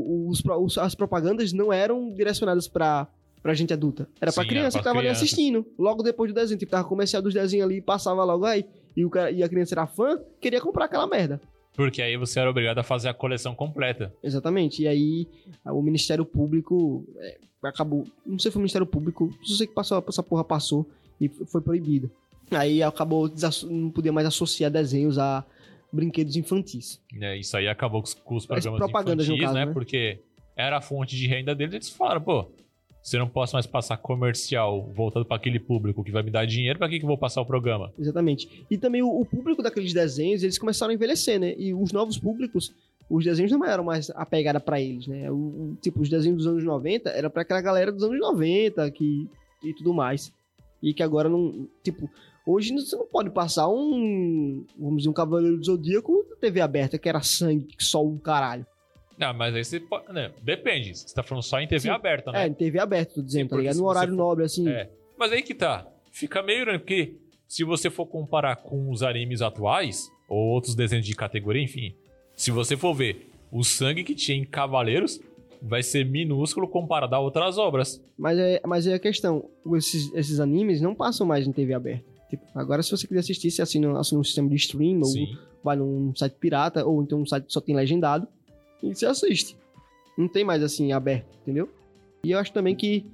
As propagandas não eram direcionadas pra gente adulta. Era pra criança que tava ali assistindo. Logo depois do desenho. Tipo, tava comercial dos desenhos ali, passava logo aí. E a criança era fã, queria comprar aquela merda. Porque aí você era obrigado a fazer a coleção completa. Exatamente. E aí, o Ministério Público acabou... Não sei se foi o Ministério Público, só sei que essa porra passou e foi proibido. Aí acabou... Não podia mais associar desenhos a brinquedos infantis. Isso aí acabou com os programas infantis, caso, né? Porque era a fonte de renda deles. Eles falaram, pô... Se eu não posso mais passar comercial voltado para aquele público que vai me dar dinheiro, para que eu vou passar o programa? Exatamente. E também o público daqueles desenhos, eles começaram a envelhecer, né? E os novos públicos, os desenhos não eram mais a pegada para eles, né? Tipo, os desenhos dos anos 90 era para aquela galera dos anos 90 e tudo mais. E que agora não... Tipo, hoje você não pode passar vamos dizer, um Cavaleiro do Zodíaco na TV aberta, que era sangue, que só um caralho. Não, mas aí você pode... Né? Depende. Você tá falando só em TV aberta, né? Em TV aberta, tô dizendo, tá ligado? No horário nobre, assim. Mas aí que tá. Fica meio... Porque se você for comparar com os animes atuais, ou outros desenhos de categoria, enfim, se você for ver o sangue que tinha em Cavaleiros, vai ser minúsculo comparado a outras obras. Mas é a questão, esses animes não passam mais em TV aberta. Tipo, agora se você quiser assistir, você assina um sistema de stream, Sim. ou vai num site pirata, ou então um site que só tem legendado, e você assiste. Não tem mais assim aberto, entendeu? E eu acho também que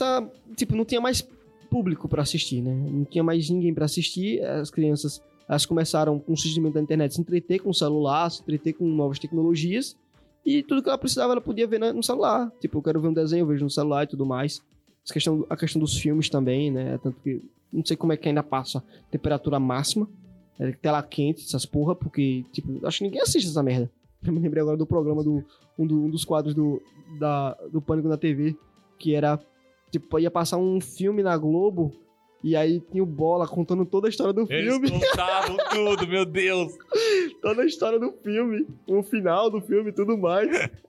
não tinha mais público pra assistir, né? Não tinha mais ninguém pra assistir. As crianças, elas começaram com o surgimento da internet, se entreter com o celular, se entreter com novas tecnologias, e tudo que ela precisava, ela podia ver no celular. Tipo, eu quero ver um desenho, eu vejo no celular e tudo mais. A questão dos filmes também, né? Tanto que não sei como é que ainda passa temperatura máxima, tela quente, essas porra, porque, tipo, acho que ninguém assiste essa merda. Eu me lembrei agora do programa um dos quadros do Pânico na TV, que era, tipo, ia passar um filme na Globo, e aí tinha o Bola contando toda a história do filme. Eles contavam tudo, meu Deus! Toda a história do filme, o final do filme e tudo mais,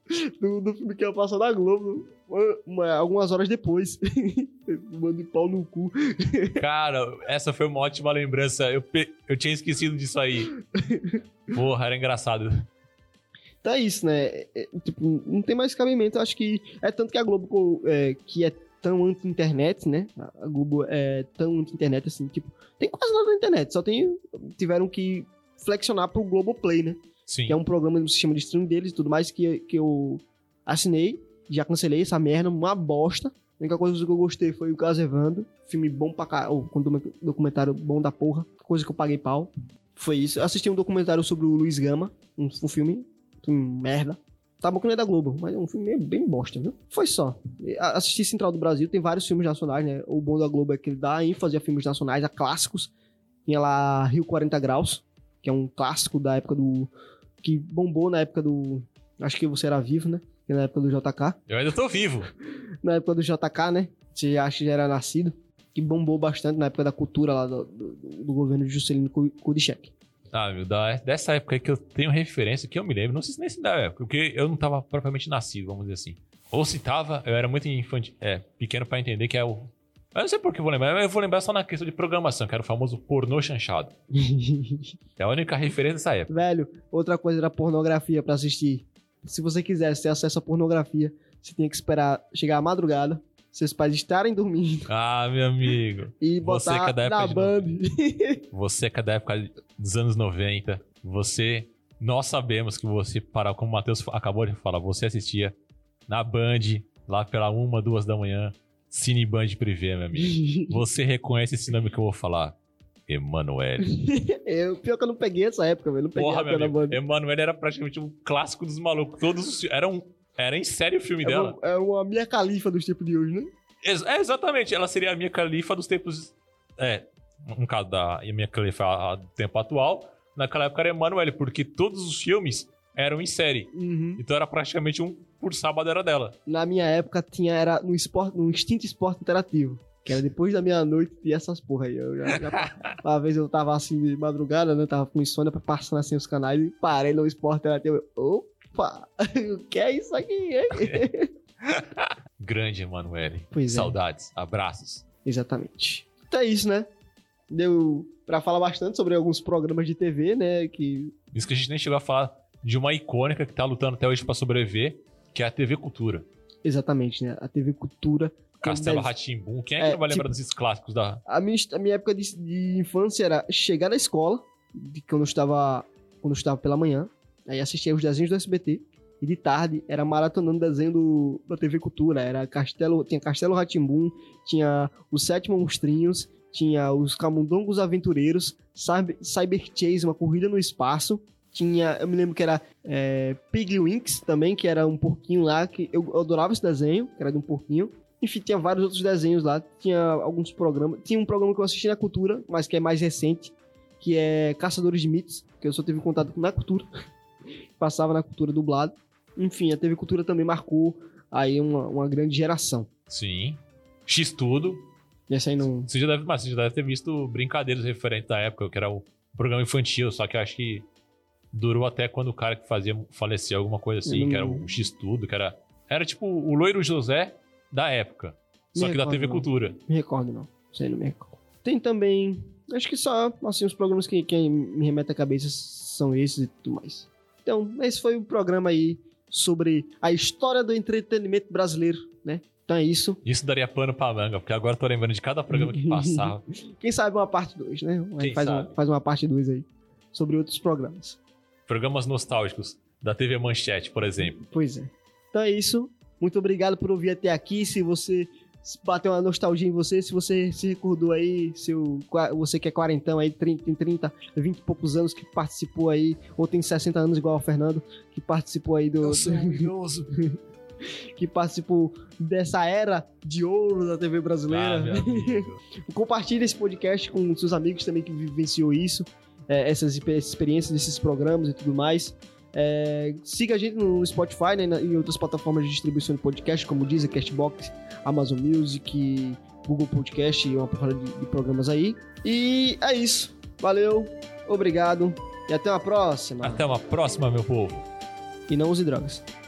do filme que ia passar na Globo, algumas horas depois. Mano de pau no cu. Cara, essa foi uma ótima lembrança. Eu tinha esquecido disso aí. Porra, era engraçado. Então é isso, né? Tipo, não tem mais cabimento. Eu acho que é tanto que a Globo, que é tão anti-internet, né? A Globo é tão anti-internet, assim, tipo, tem quase nada na internet. Tiveram que flexionar pro Globoplay, né? Sim. Que é um programa do sistema de streaming deles e tudo mais que eu assinei. Já cancelei essa merda, uma bosta. A única coisa que eu gostei foi o Caso Evandro. Filme bom pra caralho, documentário bom da porra. Coisa que eu paguei pau. Foi isso. Eu assisti um documentário sobre o Luiz Gama, um filme merda. Tá bom que não é da Globo, mas é um filme bem bosta, viu? Foi só. Assisti Central do Brasil, tem vários filmes nacionais, né? O bom da Globo é que ele dá ênfase a filmes nacionais, a clássicos. Tinha lá Rio 40 Graus, que é um clássico da época que bombou na época do... Acho que você era vivo, né? Na época do JK. Eu ainda tô vivo. Na época do JK, né? Você acha que já era nascido. Que bombou bastante na época da cultura lá do governo de Juscelino Kubitschek. Ah, meu, dessa época aí que eu tenho referência, que eu me lembro, não sei se nem se da época, porque eu não tava propriamente nascido, vamos dizer assim. Ou se tava, eu era muito pequeno pra entender que é o... Eu não sei por que eu vou lembrar, eu vou lembrar só na questão de programação, que era o famoso pornô chanchado. É a única referência dessa época. Velho, outra coisa era pornografia pra assistir. Se você quisesse ter acesso à pornografia, você tinha que esperar chegar à madrugada, seus pais estarem dormindo. Ah, meu amigo. E botar na Band. Você que é da época dos anos 90, nós sabemos que você, como o Matheus acabou de falar, você assistia na Band, lá pela 1, 2 da manhã, Cine Band Privé, meu amigo. Você reconhece esse nome que eu vou falar? Emanuele. Pior que eu não peguei essa época, velho. Não peguei. Porra, meu amigo. Emanuele era praticamente um clássico dos malucos. Era em série o filme dela. É uma Mia Khalifa dos tempos de hoje, né? Exatamente. Ela seria a Mia Khalifa dos tempos... no caso da Mia Khalifa do tempo atual, naquela época era Emanuele, porque todos os filmes eram em série. Uhum. Então era praticamente um por sábado era dela. Na minha época era no Instinto Esporte Interativo. Que era depois da meia-noite e essas porra aí. Uma vez eu tava assim de madrugada, né? Tava com insônia, passando assim os canais e parei no Esporte Interativo. Opa! O que é isso aqui, hein? Grande Emanuele. Pois é. Saudades. Abraços. Exatamente. Então é isso, né? Deu pra falar bastante sobre alguns programas de TV, né? Isso que a gente nem chegou a falar de uma icônica que tá lutando até hoje pra sobreviver, que é a TV Cultura. Exatamente, né? A TV Cultura. Castelo Rá-Tim-Bum. Quem é que não vai lembrar desses clássicos da... A minha época de infância era chegar da escola, quando eu estava pela manhã, aí assistia os desenhos do SBT, e de tarde era maratonando desenho da TV Cultura. Tinha Castelo Rá-Tim-Bum, tinha os Sete Monstrinhos, tinha os Camundongos Aventureiros, Cyber Chase, uma corrida no espaço. Eu me lembro que era Piggywinks também, que era um porquinho lá, que eu adorava esse desenho, que era de um porquinho. Enfim, tinha vários outros desenhos lá, tinha alguns programas. Tinha um programa que eu assisti na Cultura, mas que é mais recente, que é Caçadores de Mitos, que eu só tive contato na Cultura. Passava na Cultura dublado. Enfim, a TV Cultura também marcou aí uma grande geração. Sim. X-Tudo. Esse aí não... Você já deve ter visto brincadeiras referentes da época, que era o programa infantil, só que eu acho que durou até quando o cara que fazia faleceu, alguma coisa assim, que era o X-Tudo, que era tipo o Loiro José da época, só que da TV Cultura. Me recordo, não. Sei, não me recordo. Tem também acho que só, assim, os programas que me remetem à cabeça são esses e tudo mais. Então, esse foi o programa aí sobre a história do entretenimento brasileiro, né? Então é isso. Isso daria pano pra manga, porque agora eu tô lembrando de cada programa que passava. Quem sabe uma parte 2, né? Faz uma parte 2 aí, sobre outros programas. Programas nostálgicos da TV Manchete, por exemplo. Pois é. Então é isso. Muito obrigado por ouvir até aqui. Se você bateu uma nostalgia em você, se você se recordou aí, você que é quarentão aí, tem 30, 20 e poucos anos, que participou aí, ou tem 60 anos igual ao Fernando, que participou aí do... Eu sou orgulhoso. Que participou dessa era de ouro da TV brasileira. Meu amigo. Compartilhe esse podcast com seus amigos também que vivenciou isso, essas experiências, esses programas e tudo mais. Siga a gente no Spotify, né, em outras plataformas de distribuição de podcast, como Deezer, Castbox, Amazon Music, Google Podcast e uma porrada de programas aí. E é isso. Valeu, obrigado e até uma próxima. Até uma próxima, meu povo. E não use drogas.